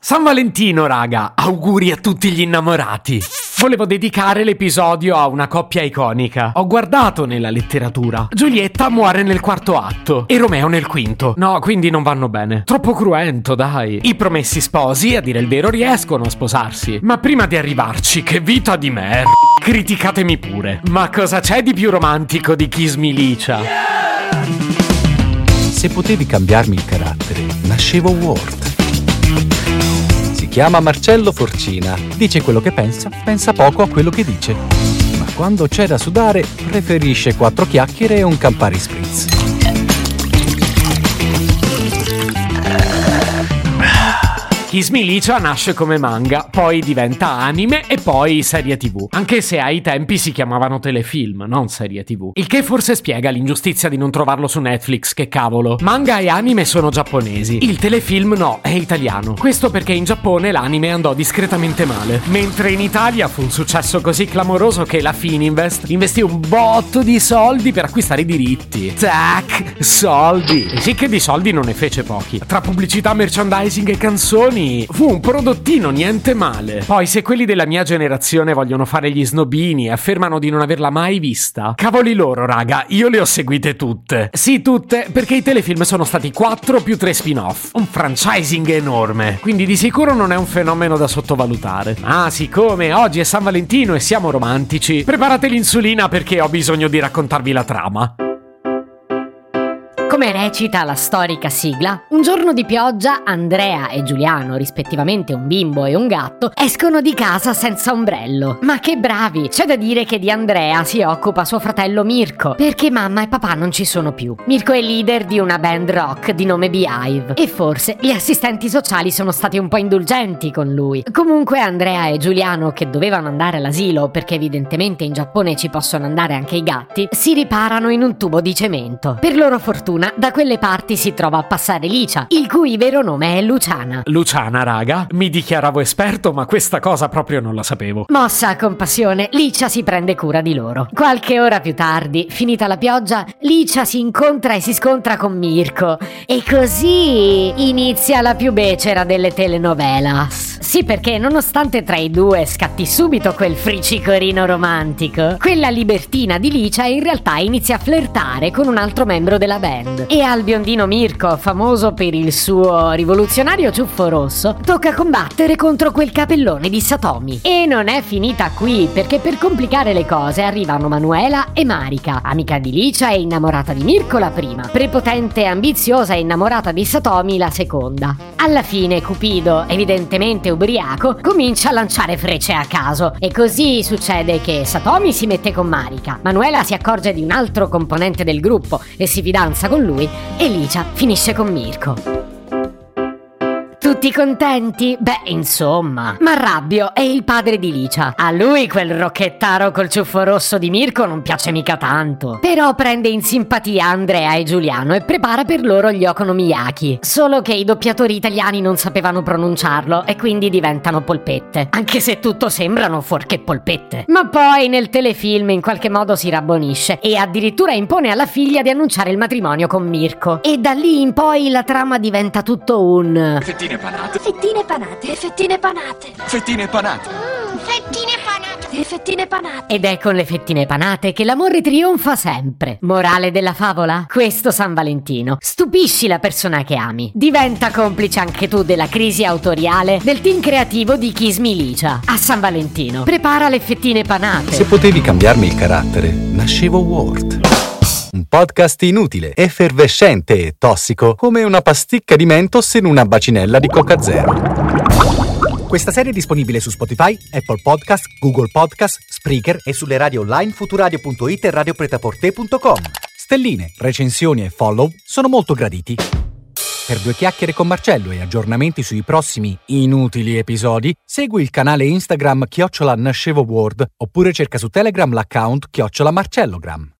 San Valentino, raga! Auguri a tutti gli innamorati! Volevo dedicare l'episodio a una coppia iconica. Ho guardato nella letteratura. Giulietta muore nel quarto atto e Romeo nel quinto. No, quindi non vanno bene. Troppo cruento, dai. I promessi sposi, a dire il vero, riescono a sposarsi. Ma prima di arrivarci, che vita di merda! Criticatemi pure. Ma cosa c'è di più romantico di Kiss Me Licia? Se potevi cambiarmi il carattere, nascevo Ward. Si chiama Marcello Forcina, dice quello che pensa poco a quello che dice. Ma quando c'è da sudare, preferisce 4 chiacchiere e un Campari Spritz. Kiss Me Licia nasce come manga, poi diventa anime e poi serie TV. Anche se ai tempi si chiamavano telefilm, non serie TV. Il che forse spiega l'ingiustizia di non trovarlo su Netflix, che cavolo. Manga e anime sono giapponesi, il telefilm no, è italiano. Questo perché in Giappone l'anime andò discretamente male, mentre in Italia fu un successo così clamoroso che la Fininvest investì un botto di soldi per acquistare i diritti. Tac, soldi. E sì che di soldi non ne fece pochi. Tra pubblicità, merchandising e canzoni fu un prodottino niente male. Poi se quelli della mia generazione vogliono fare gli snobini e affermano di non averla mai vista, cavoli loro, raga, io le ho seguite tutte. Sì, tutte, perché i telefilm sono stati 4 più 3 spin-off. Un franchising enorme, quindi di sicuro non è un fenomeno da sottovalutare. Ah, siccome oggi è San Valentino e siamo romantici, preparate l'insulina perché ho bisogno di raccontarvi la trama. Come recita la storica sigla, un giorno di pioggia Andrea e Giuliano, rispettivamente un bimbo e un gatto, escono di casa senza ombrello. Ma che bravi! C'è da dire che di Andrea si occupa suo fratello Mirko, perché mamma e papà non ci sono più. Mirko è leader di una band rock di nome Beehive e forse gli assistenti sociali sono stati un po' indulgenti con lui. Comunque Andrea e Giuliano, che dovevano andare all'asilo perché evidentemente in Giappone ci possono andare anche i gatti, si riparano in un tubo di cemento. Per loro fortuna da quelle parti si trova a passare Licia, il cui vero nome è Luciana. Luciana, raga, mi dichiaravo esperto, ma questa cosa proprio non la sapevo. Mossa a compassione, Licia si prende cura di loro. Qualche ora più tardi, finita la pioggia, Licia si incontra e si scontra con Mirko. E così inizia la più becera delle telenovelas. Sì, perché nonostante tra i due scatti subito quel fricicorino romantico, quella libertina di Licia in realtà inizia a flirtare con un altro membro della band. E al biondino Mirko, famoso per il suo rivoluzionario ciuffo rosso, tocca combattere contro quel capellone di Satomi. E non è finita qui, perché per complicare le cose arrivano Manuela e Marika, amica di Licia e innamorata di Mirko la prima, prepotente e ambiziosa e innamorata di Satomi la seconda. Alla fine Cupido, evidentemente ubriaco, comincia a lanciare frecce a caso e così succede che Satomi si mette con Marika, Manuela si accorge di un altro componente del gruppo e si fidanza con lui e Licia finisce con Mirko. Tutti contenti? Beh, insomma. Ma Rabbio è il padre di Licia. A lui quel rocchettaro col ciuffo rosso di Mirko non piace mica tanto. Però prende in simpatia Andrea e Giuliano e prepara per loro gli okonomiyaki. Solo che i doppiatori italiani non sapevano pronunciarlo e quindi diventano polpette. Anche se tutto sembrano fuorché polpette. Ma poi nel telefilm in qualche modo si rabbonisce e addirittura impone alla figlia di annunciare il matrimonio con Mirko. E da lì in poi la trama diventa tutto un... Fettine panate. Fettine panate. Fettine panate. Fettine panate. Fettine panate. Fettine panate. Ed è con le fettine panate che l'amore trionfa sempre. Morale della favola? Questo San Valentino. Stupisci la persona che ami. Diventa complice anche tu della crisi autoriale del team creativo di Kiss Me Licia. A San Valentino prepara le fettine panate. Se potevi cambiarmi il carattere, nascevo Ward. Un podcast inutile, effervescente e tossico, come una pasticca di Mentos in una bacinella di Coca Zero. Questa serie è disponibile su Spotify, Apple Podcast, Google Podcast, Spreaker e sulle radio online futuradio.it e radiopretaporte.com. Stelline, recensioni e follow sono molto graditi. Per 2 chiacchiere con Marcello e aggiornamenti sui prossimi inutili episodi, segui il canale Instagram @NascevoWord oppure cerca su Telegram l'account @MarcelloGram.